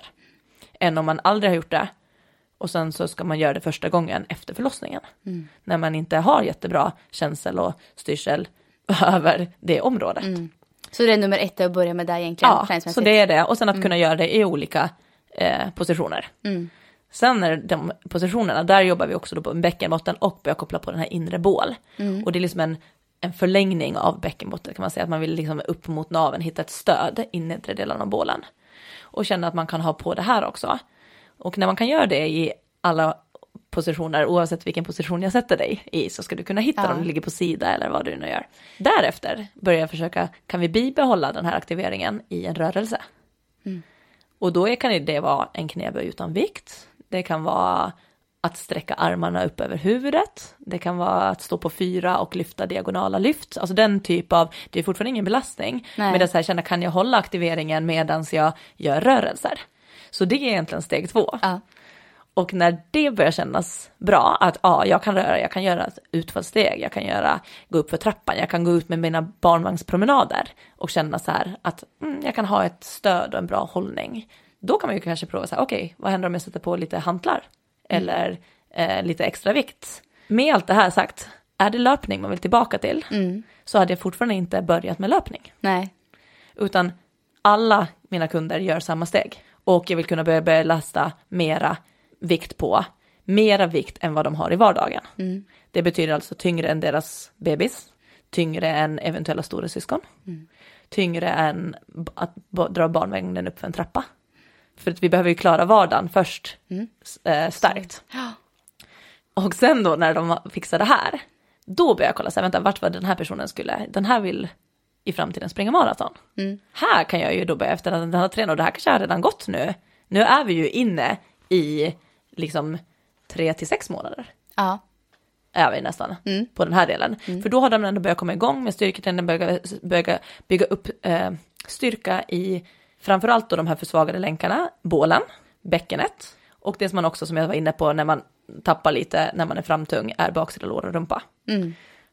Än om man aldrig har gjort det och sen så ska man göra det första gången efter förlossningen. När man inte har jättebra känsel och styrsel över det området. Så det är nummer 1 att börja med där egentligen? Ja, så det är det. Och sen att kunna göra det i olika positioner. Sen är de positionerna, där jobbar vi också då på bäckenbotten och börjar koppla på den här inre bål. Och det är liksom en förlängning av bäckenbotten, kan man säga. Att man vill liksom upp mot naveln hitta ett stöd in i 3 delarna av bålen. Och känna att man kan ha på det här också. Och när man kan göra det i alla positioner, oavsett vilken position jag sätter dig i, så ska du kunna hitta dem, ligger på sida eller vad du nu gör. Därefter börjar jag försöka, kan vi bibehålla den här aktiveringen i en rörelse? Och då kan det vara en knäböj utan vikt. Det kan vara att sträcka armarna upp över huvudet. Det kan vara att stå på 4 och lyfta diagonala lyft. Alltså den typ av, det är fortfarande ingen belastning. Nej. Men det är så här, känna, kan jag hålla aktiveringen medan jag gör rörelser? Så det är egentligen steg 2. Ja. Och när det börjar kännas bra, att jag kan röra, jag kan göra ett utfallssteg, jag kan gå upp för trappan, jag kan gå ut med mina barnvagnspromenader och känna så här att jag kan ha ett stöd och en bra hållning. Då kan man ju kanske prova så här, okej, vad händer om jag sätter på lite hantlar eller lite extra vikt? Med allt det här sagt, är det löpning man vill tillbaka till, så hade jag fortfarande inte börjat med löpning. Nej. Utan alla mina kunder gör samma steg. Och jag vill kunna börja belasta mera vikt än vad de har i vardagen. Det betyder alltså tyngre än deras bebis, tyngre än eventuella stora syskon, tyngre än att dra barnvagnen upp för en trappa. För att vi behöver ju klara vardagen först starkt. Och sen då när de fixar det här, då börjar jag kolla så här, vänta, vart var den här personen den här vill i framtiden springa maraton. Här kan jag ju då börja efter att den har tränat, och det här kanske har redan gått nu. Nu är vi ju inne i liksom 3 till 6 månader. Ja. Är vi nästan på den här delen. För då har de ändå börjat komma igång med styrketräning, börja bygga upp styrka i framförallt då de här försvagade länkarna, bålen, bäckenet. Och det som man också, som jag var inne på, när man tappar lite när man är framtung, är baksida lår och rumpa.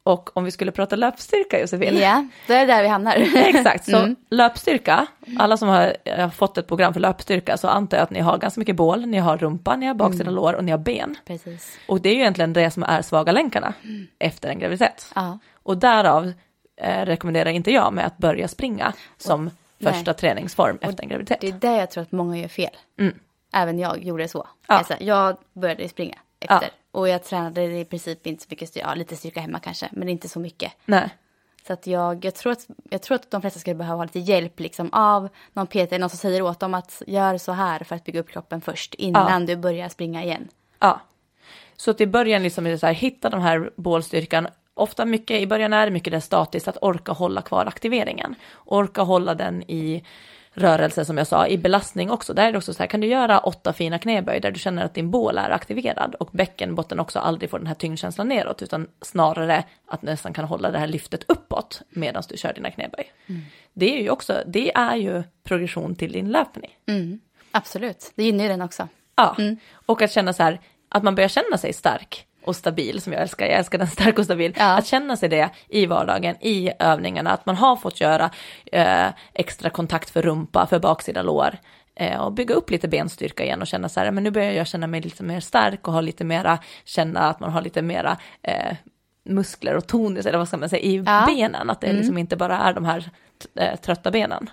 Och om vi skulle prata löpstyrka, Josefin. Ja, det är där vi hamnar. Exakt, så löpstyrka, alla som har fått ett program för löpstyrka, så antar jag att ni har ganska mycket bål, ni har rumpa, ni har baksida lår och ni har ben. Precis. Och det är ju egentligen det som är svaga länkarna efter en graviditet. Ja. Och därav rekommenderar inte jag med att börja springa som första träningsform efter en graviditet. Det är där jag tror att många gör fel. Även jag gjorde så. Ja. Alltså, jag började springa efter. Och jag tränade i princip inte så mycket styrka. Lite styrka hemma kanske, men inte så mycket. Nej. Så att jag tror att de flesta skulle behöva ha lite hjälp liksom, av någon PT, någon som säger åt dem att gör så här för att bygga upp kroppen först innan du börjar springa igen. Ja. Så till början liksom är det så här, hitta den här bålstyrkan. Ofta mycket, i början är det mycket det statiskt att orka hålla kvar aktiveringen. Orka hålla den i rörelse som jag sa, i belastning också. Där är det också så här, kan du göra 8 fina knäböj där du känner att din bål är aktiverad och bäckenbotten också aldrig får den här tyngdkänslan neråt, utan snarare att nästan kan hålla det här lyftet uppåt medan du kör dina knäböj. Det är ju progression till din löpning. Absolut, det gynnar ju den också. Ja, och att känna så här, att man börjar känna sig stark och stabil, som jag älskar den stark och stabil, att känna sig det i vardagen, i övningarna, att man har fått göra extra kontakt för rumpa, för baksida lår, och bygga upp lite benstyrka igen och känna så här, men nu börjar jag känna mig lite mer stark och ha lite mera, känna att man har lite mera muskler och tonus, eller vad ska man säga, i benen, att det liksom inte bara är de här trötta benen.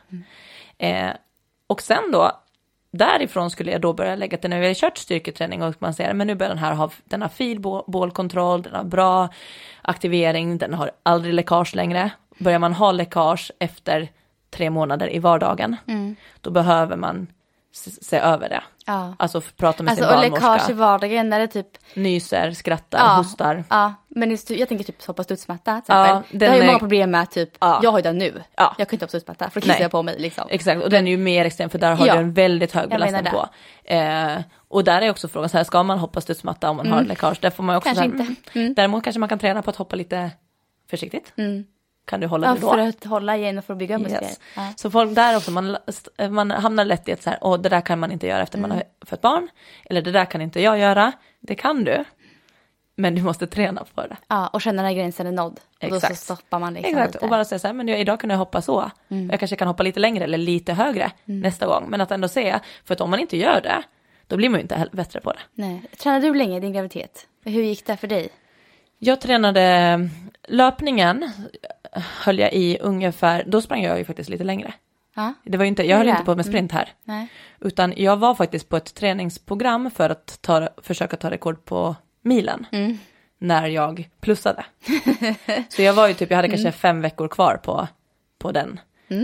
Och sen då, därifrån skulle jag då börja lägga till, när vi har kört styrketräning och man säger, men nu börjar den har fin bålkontroll, den har bra aktivering, den har aldrig läckage längre. Börjar man ha läckage efter 3 månader i vardagen, då behöver man se över det. Ja. Alltså prata med sin barnmorska. Och läckage i vardagen, när det typ nyser, skrattar, hostar. Ja, men jag tänker typ hoppa studsmatta till exempel. Det har ju många problem med typ, jag har ju den nu. Jag kan inte hoppa studsmatta för att kissa på mig liksom. Exakt, och den är ju mer extrem för där har du en väldigt hög belastning på. Och där är också frågan så här, ska man hoppa studsmatta om man har läckage? Där får man också kanske så här, inte. Däremot kanske man kan träna på att hoppa lite försiktigt. Kan du hålla det då? För att hålla igen och för att bygga muskler. Yes. Så folk där också, man hamnar lätt i ett så här, det där kan man inte göra efter man har fått barn. Eller det där kan inte jag göra. Det kan du. Men du måste träna på det. Ja, och känna när gränsen är nådd. Och då så stoppar man liksom. Exakt, lite. och bara säga så här, men idag kan jag hoppa så. Jag kanske kan hoppa lite längre eller lite högre nästa gång. Men att ändå se, för att om man inte gör det, då blir man ju inte bättre på det. Nej. Tränade du länge i din graviditet? Hur gick det för dig? Jag tränade löpningen, höll jag i ungefär, då sprang jag ju faktiskt lite längre. Det var ju inte, jag höll inte på med sprint här. Nej. Utan jag var faktiskt på ett träningsprogram för att försöka ta rekord på milen. När jag plussade. Så jag var ju typ, jag hade kanske 5 veckor kvar på den.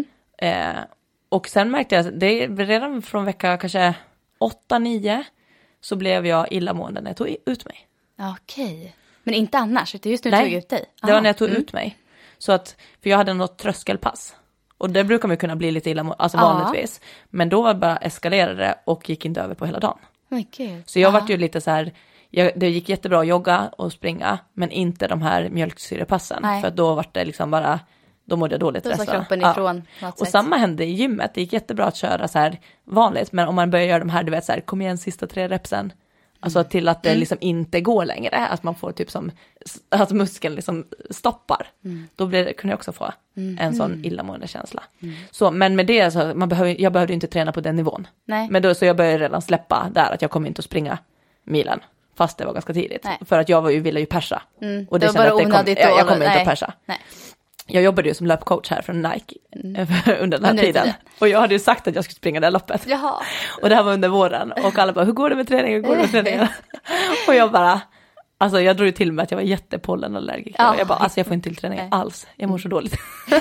Och sen märkte jag, det redan från vecka kanske 8-9 så blev jag illamående när jag tog ut mig. Okej. Men inte annars, utan just när du tog ut dig? Det var när jag tog ut mig. Så att, för jag hade något tröskelpass. Och det brukar man kunna bli lite illa, alltså vanligtvis. Men då var det bara eskalerade och gick inte över på hela dagen. Okay. Så jag var ju lite så här, det gick jättebra att jogga och springa, men inte de här mjölksyrepassen. Nej. För då var det liksom bara, då mådde jag dåligt resten. Då var kroppen ifrån. Och samma hände i gymmet, det gick jättebra att köra så här vanligt. Men om man börjar göra de här, du vet så här, kom igen sista 3 repsen. Alltså till att det liksom inte går längre. Att man får typ som, att muskeln liksom stoppar. Då kunde jag också få en sån illamående känsla. Så, men med det, så jag behövde inte träna på den nivån. Nej. Men då, så jag började redan släppa där att jag kommer inte att springa milen. Fast det var ganska tidigt. Nej. För att jag ville ju persa. Och det kände att jag kommer inte att persa. Nej. Jag jobbade ju som löpcoach här från Nike under den här tiden. Och jag hade ju sagt att jag skulle springa det här loppet. Jaha. Och det här var under våren. Och alla bara, hur går det med träningen? Och jag bara, alltså jag drog till med att jag var jättepollenallergiker. Och jag bara, alltså jag får inte till träningen alls. Jag mår så dåligt.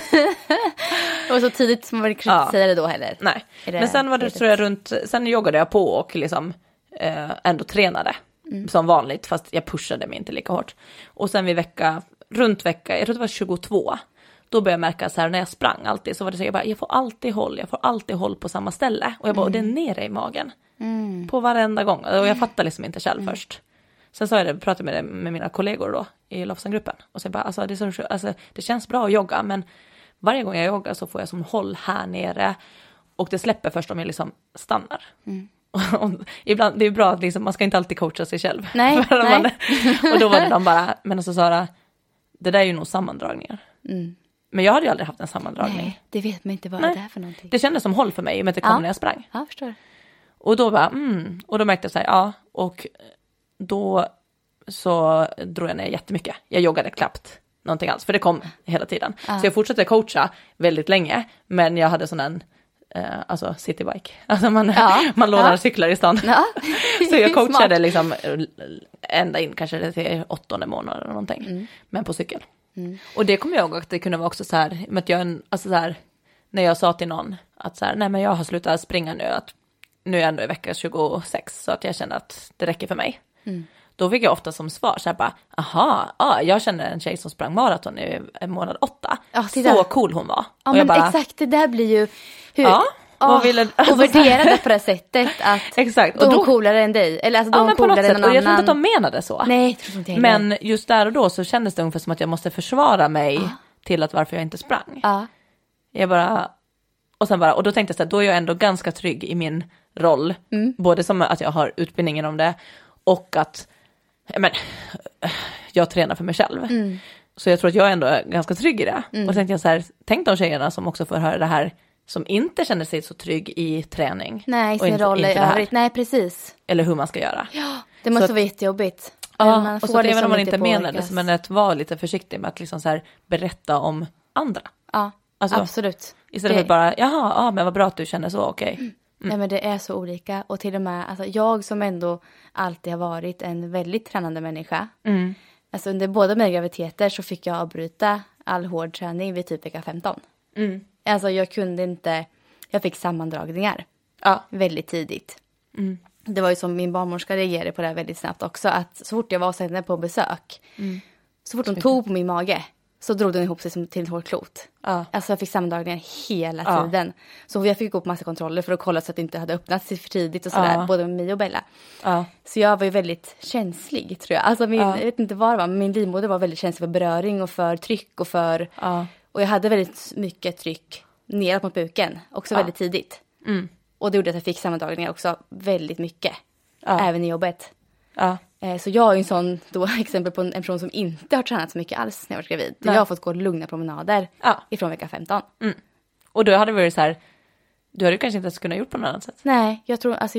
Och så tidigt som man inte säga det då heller. Nej, men sen var det, tror jag, sen joggade jag på och liksom ändå tränade. Som vanligt, fast jag pushade mig inte lika hårt. Och sen vid runt vecka, jag tror det var 22, då började jag märka så här, när jag sprang alltid, så var det så jag får alltid håll på samma ställe. Och jag bara, och det är nere i magen. På varenda gång. Och jag fattar liksom inte själv först. Sen sa jag pratade med mina kollegor då i Lofsangruppen. Och så bara, alltså det känns bra att jogga, men varje gång jag joggar så får jag som håll här nere. Och det släpper först om jag liksom stannar. Och ibland, det är bra att liksom, man ska inte alltid coacha sig själv. Nej. Och då var det de bara, men så Sara, det där är ju nog sammandragningar. Men jag hade ju aldrig haft en sammandragning. Nej, det vet man inte vad det är för någonting. Det kändes som håll för mig, men det kom när jag sprang. Ja, förstår. Och då bara, och då märkte jag så här, och då så drog jag ner jättemycket. Jag joggade knappt någonting alls, för det kom hela tiden. Så jag fortsatte coacha väldigt länge, men jag hade sån en alltså citybike. Alltså man lånar cyklar i stan. Ja. Så jag coachade liksom ända in kanske till 8:e månaden eller någonting, men på cykel. Och det kommer jag ihåg att det kunde vara också så här, med att jag, alltså så här, när jag sa till någon att så här, nej men jag har slutat springa nu, att nu är jag ändå i vecka 26 så att jag känner att det räcker för mig. Då fick jag ofta som svar så här bara, jag känner en tjej som sprang maraton i månad 8. Så cool hon var. Ja, och men bara, exakt, det där blir ju hur... och värdera det på det sättet att exakt. De är coolare än dig. Eller alltså de coolare än någon annan. Och jag tror inte att de menade så. Nej, tror inte men just där och då så kändes det ungefär som att jag måste försvara mig till att varför jag inte sprang. Jag bara... Och då tänkte jag så här, då är jag ändå ganska trygg i min roll. Både som att jag har utbildningen om det och att jag tränar för mig själv. Så jag tror att jag ändå är ganska trygg i det. Och så tänkte jag så här, tänk de tjejerna som också får höra det här, som inte känner sig så trygg i träning. Nej, sin roll i övrigt. Nej, precis. Eller hur man ska göra. Ja, det måste vara jättejobbigt. Ja, och så att även om man inte menar det, men att vara lite försiktig med att liksom så här berätta om andra. Ja, alltså, absolut. Istället för bara, men vad bra att du känner så, okej. Nej, men det är så olika. Och till och med, alltså, jag som ändå alltid har varit en väldigt tränande människa. Alltså under båda mina graviditeter så fick jag avbryta all hård träning vid typ vecka 15. Alltså jag kunde inte, jag fick sammandragningar väldigt tidigt. Det var ju som min barnmorska reagerade på det väldigt snabbt också. Att så fort jag var hos henne på besök, så fort hon tog på min mage, så drog den ihop sig som till ett hårt klot. Alltså jag fick sammandragningar hela tiden. Så jag fick gå på massa kontroller för att kolla så att det inte hade öppnats för tidigt och sådär. Både med mig och Bella. Så jag var ju väldigt känslig, tror jag. Alltså jag vet inte vad det var, men min livmoder var väldigt känslig för beröring och för tryck och för... Och jag hade väldigt mycket tryck neråt mot buken. Också väldigt tidigt. Och det gjorde att jag fick sammandragningar också väldigt mycket. Även i jobbet. Så jag är en sån exempel på en person som inte har tränat så mycket alls när jag var gravid. Jag har fått gå lugna promenader ifrån vecka 15. Och då hade det varit så här, du hade kanske inte ens kunnat gjort på något annat sätt. Nej, jag tror att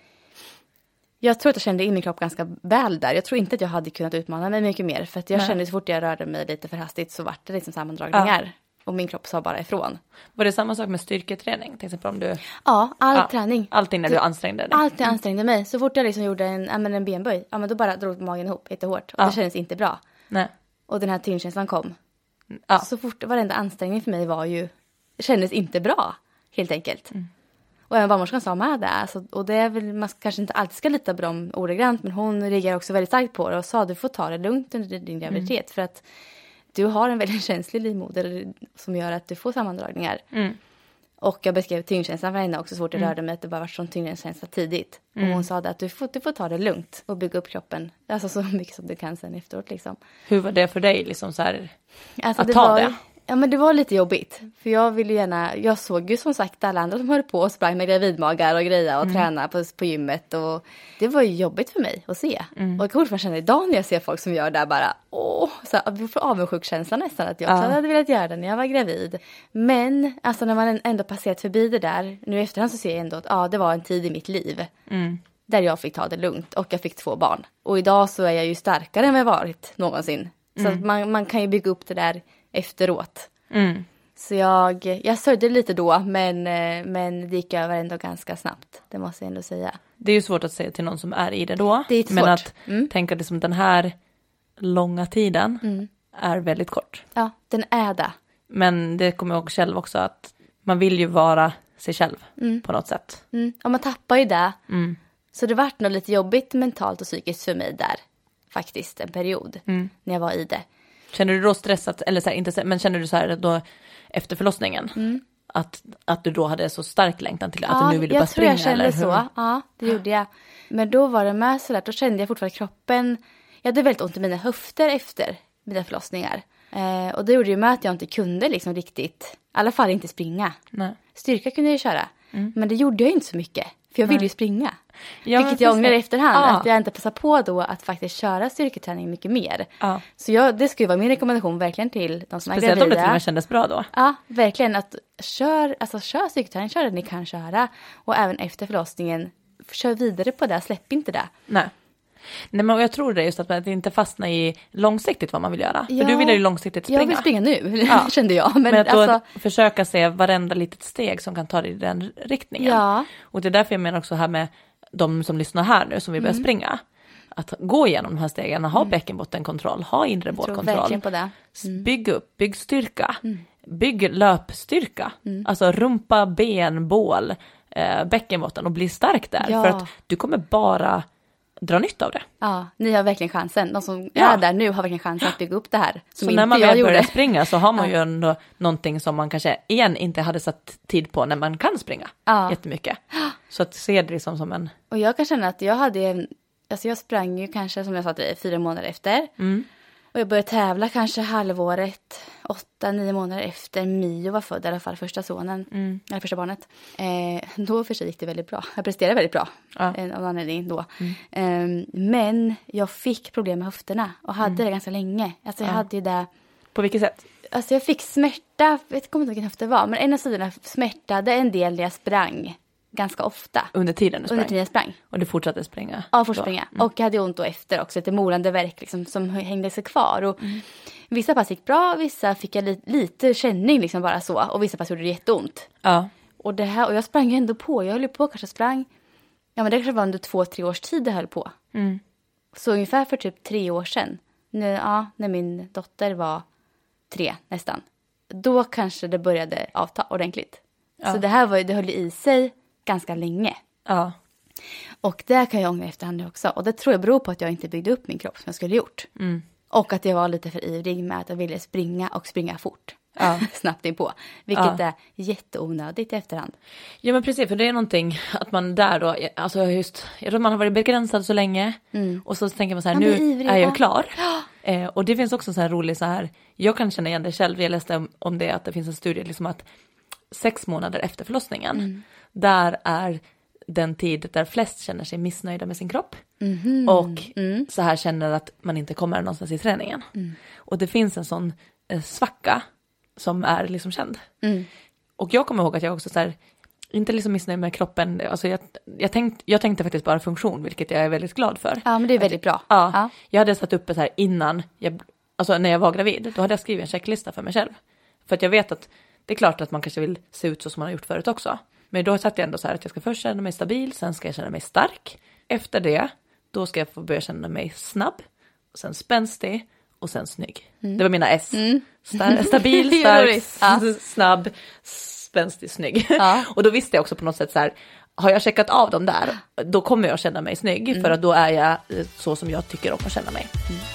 jag kände in min kropp ganska väl där. Jag tror inte att jag hade kunnat utmana mig mycket mer. För att jag kände så fort jag rörde mig lite för hastigt så var det liksom sammandragningar. Och min kropp sa bara ifrån. Var det samma sak med styrketräning? Till exempel om du... Ja, all träning. Allting när du ansträngde dig? Allt jag ansträngde mig. Så fort jag liksom gjorde en benböj, men då bara drog magen ihop jättehårt. Och det kändes inte bra. Nej. Och den här tyngdkänslan kom. Så fort varenda ansträngning för mig var ju... kändes inte bra, helt enkelt. Och även barnmorskan sa med det. Alltså, och det är väl, man kanske inte alltid ska lita på dem ordagrant. Men hon reagerar också väldigt starkt på det. Och sa, du får ta det lugnt under din graviditet. För att du har en väldigt känslig livmoder som gör att du får sammandragningar. Och jag beskrev tyngdkänslan för henne också så fort jag rörde mig. Att det bara var sån tyngdkänsla tidigt. Och hon sa det att du får ta det lugnt och bygga upp kroppen. Alltså så mycket som du kan sen efteråt liksom. Hur var det för dig liksom så här, alltså, att ta det? Ja, men det var lite jobbigt. För jag såg ju som sagt alla andra som höll på och sprang med gravidmagar och grejer och träna på gymmet. Och det var ju jobbigt för mig att se. Och jag kan fortfarande känna idag när jag ser folk som gör det bara, så vi får avundsjukkänsla nästan att jag också hade velat göra det när jag var gravid. Men alltså när man ändå passerat förbi det där, nu i efterhand så ser jag ändå att det var en tid i mitt liv. Där jag fick ta det lugnt och jag fick 2 barn. Och idag så är jag ju starkare än vad jag varit någonsin. Så att man kan ju bygga upp det där efteråt. Så jag sörjde lite då, men det gick över ändå ganska snabbt. Det måste jag ändå säga. Det är ju svårt att säga till någon som är i det då. Det är svårt. Men att tänka det som den här långa tiden är väldigt kort. Ja, den är det. Men det kommer jag ihåg själv också att man vill ju vara sig själv på något sätt. Ja, man tappar ju det. Så det var nog lite jobbigt mentalt och psykiskt för mig där. Faktiskt en period när jag var i det. Känner du då stressat, eller så här, inte, men känner du så här då efter förlossningen att du då hade så stark längtan till att du nu ville bara springa? Jag tror jag kände eller så. Ja, det gjorde jag. Men då var det med så där, då kände jag fortfarande kroppen. Jag hade väldigt ont i mina höfter efter mina förlossningar. Och det gjorde ju med att jag inte kunde liksom riktigt, i alla fall inte springa. Nej. Styrka kunde jag ju köra. Men det gjorde jag inte så mycket. För jag ville ju springa. Ja, vilket jag ångrar i efterhand. Att jag inte passar på då att faktiskt köra styrketräning mycket mer. Ja. Så det skulle vara min rekommendation verkligen till de som är gravida. Speciellt om det till och med kändes bra då. Ja, verkligen. Att kör styrketräning, kör det ni kan köra. Och även efter förlossningen, kör vidare på det, släpp inte det. Nej, men jag tror det är just att man inte fastnar i långsiktigt vad man vill göra. Ja, för du vill ju långsiktigt springa. Jag vill springa nu, kände jag. Men att då försöka se varenda litet steg som kan ta dig i den riktningen. Ja. Och det är därför jag menar också här med de som lyssnar här nu som vill börja springa. Att gå igenom de här stegen, ha bäckenbottenkontroll, ha inre bålkontroll. På det. Bygg styrka, bygg löpstyrka. Alltså rumpa, ben, bål, bäckenbotten och bli stark där. För att du kommer bara dra nytta av det. Ja, ni har verkligen chansen. De som är där nu har verkligen chansen att bygga upp det här. Så när man väl börjar springa så har man ju ändå någonting som man kanske inte hade satt tid på när man kan springa jättemycket. Så att se det liksom som en... Och jag kan känna att jag sprang ju kanske som jag sa till dig 4 månader efter. Och jag började tävla kanske halvåret 8-9 månader efter Mio var född, i alla fall första sonen, eller första barnet. Då för sig gick det väldigt bra. Jag presterade väldigt bra av anledning då. Men jag fick problem med höfterna och hade det ganska länge. Alltså jag hade ju det... På vilket sätt? Alltså jag fick smärta, jag vet inte vilken höft det var, men en av sidorna smärtade en del när jag sprang. Ganska ofta. Under tiden du sprang? Under tiden jag sprang. Och du fortsatte springa? Ja, fortsatte springa. Och jag hade ont då efter också. Lite molande verk liksom, som hängde sig kvar. Och vissa pass gick bra, vissa fick jag lite känning liksom bara så. Och vissa pass gjorde det jätteont. Ja. Och jag sprang ju ändå på. Jag höll på, kanske sprang. Ja, men det kanske var under 2-3 års tid jag höll på. Så ungefär för typ 3 år sedan. När min dotter var 3 nästan. Då kanske det började avta ordentligt. Ja. Så det höll i sig ganska länge. Ja. Och det kan jag ångra efterhand också. Och det tror jag beror på att jag inte byggde upp min kropp som jag skulle gjort. Och att jag var lite för ivrig med att jag ville springa fort. Snabbt in på. Vilket är jätteonödigt i efterhand. Ja men precis, för det är någonting att man där då, alltså just, jag tror man har varit begränsad så länge. Och så tänker man så här, nu är jag klar. Och det finns också så här roligt så här, jag kan känna igen det själv, jag läste om det, att det finns en studie liksom att 6 månader efter förlossningen, där är den tid där flest känner sig missnöjda med sin kropp. Och så här känner att man inte kommer någonstans i träningen. Och det finns en sån svacka som är liksom känd. Och jag kommer ihåg att jag också så här, inte liksom missnöjd med kroppen. Alltså jag tänkte faktiskt bara funktion, vilket jag är väldigt glad för. Ja, men det är väldigt bra. Ja. Jag hade satt upp det så här innan, när jag var gravid, då hade jag skrivit en checklista för mig själv. För att jag vet att det är klart att man kanske vill se ut så som man har gjort förut också. Men då satt jag ändå så här att jag ska först känna mig stabil, sen ska jag känna mig stark. Efter det, då ska jag få börja känna mig snabb, och sen spänstig och sen snygg. Det var mina S. Stabil, stark, snabb, spänstig, snygg. Och då visste jag också på något sätt så här, har jag checkat av dem där, då kommer jag känna mig snygg. För att då är jag så som jag tycker om att känna mig.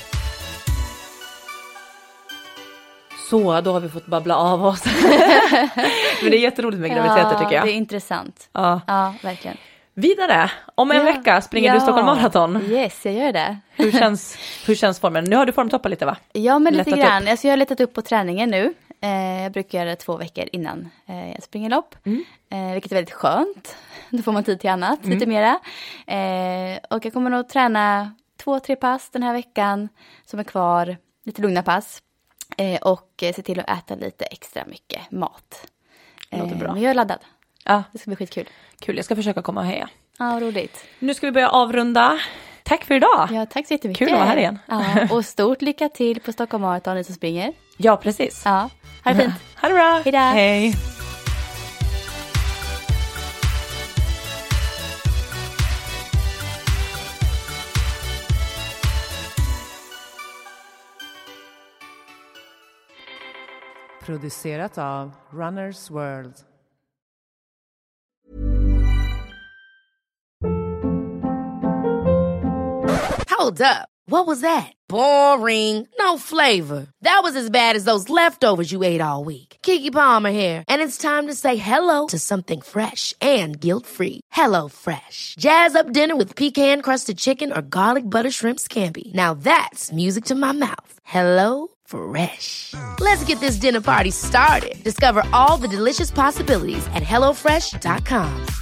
Så, då har vi fått babbla av oss. Men det är jätteroligt med graviditeter tycker jag. Det är intressant. Ja, verkligen. Vidare, om en vecka springer du Stockholm Marathon. Yes, jag gör det. Hur känns formen? Nu har du formtoppat lite va? Ja, men lite grann. Alltså, jag har letat upp på träningen nu. Jag brukar göra det 2 veckor innan jag springer lopp. Vilket är väldigt skönt. Då får man tid till annat, lite mera. Och jag kommer nog träna 2-3 pass den här veckan som är kvar. Lite lugna pass. Och se till att äta lite extra mycket mat. Låter bra. Men jag är laddad. Ja. Det ska bli skitkul. Kul, jag ska försöka komma och heja. Ja, roligt. Nu ska vi börja avrunda. Tack för idag. Ja, tack så jättemycket. Kul att vara här igen. Ja, och stort lycka till på Stockholm Marathon, ni som springer. Ja, precis. Ja, ha det fint. Ha det bra. Hejdå. Hej. Producerat av Runners World. Hold up. What was that? Boring. No flavor. That was as bad as those leftovers you ate all week. Keke Palmer here, and it's time to say hello to something fresh and guilt-free. Hello Fresh. Jazz up dinner with pecan-crusted chicken or garlic butter shrimp scampi. Now that's music to my mouth. Hello Fresh. Let's get this dinner party started. Discover all the delicious possibilities at HelloFresh.com.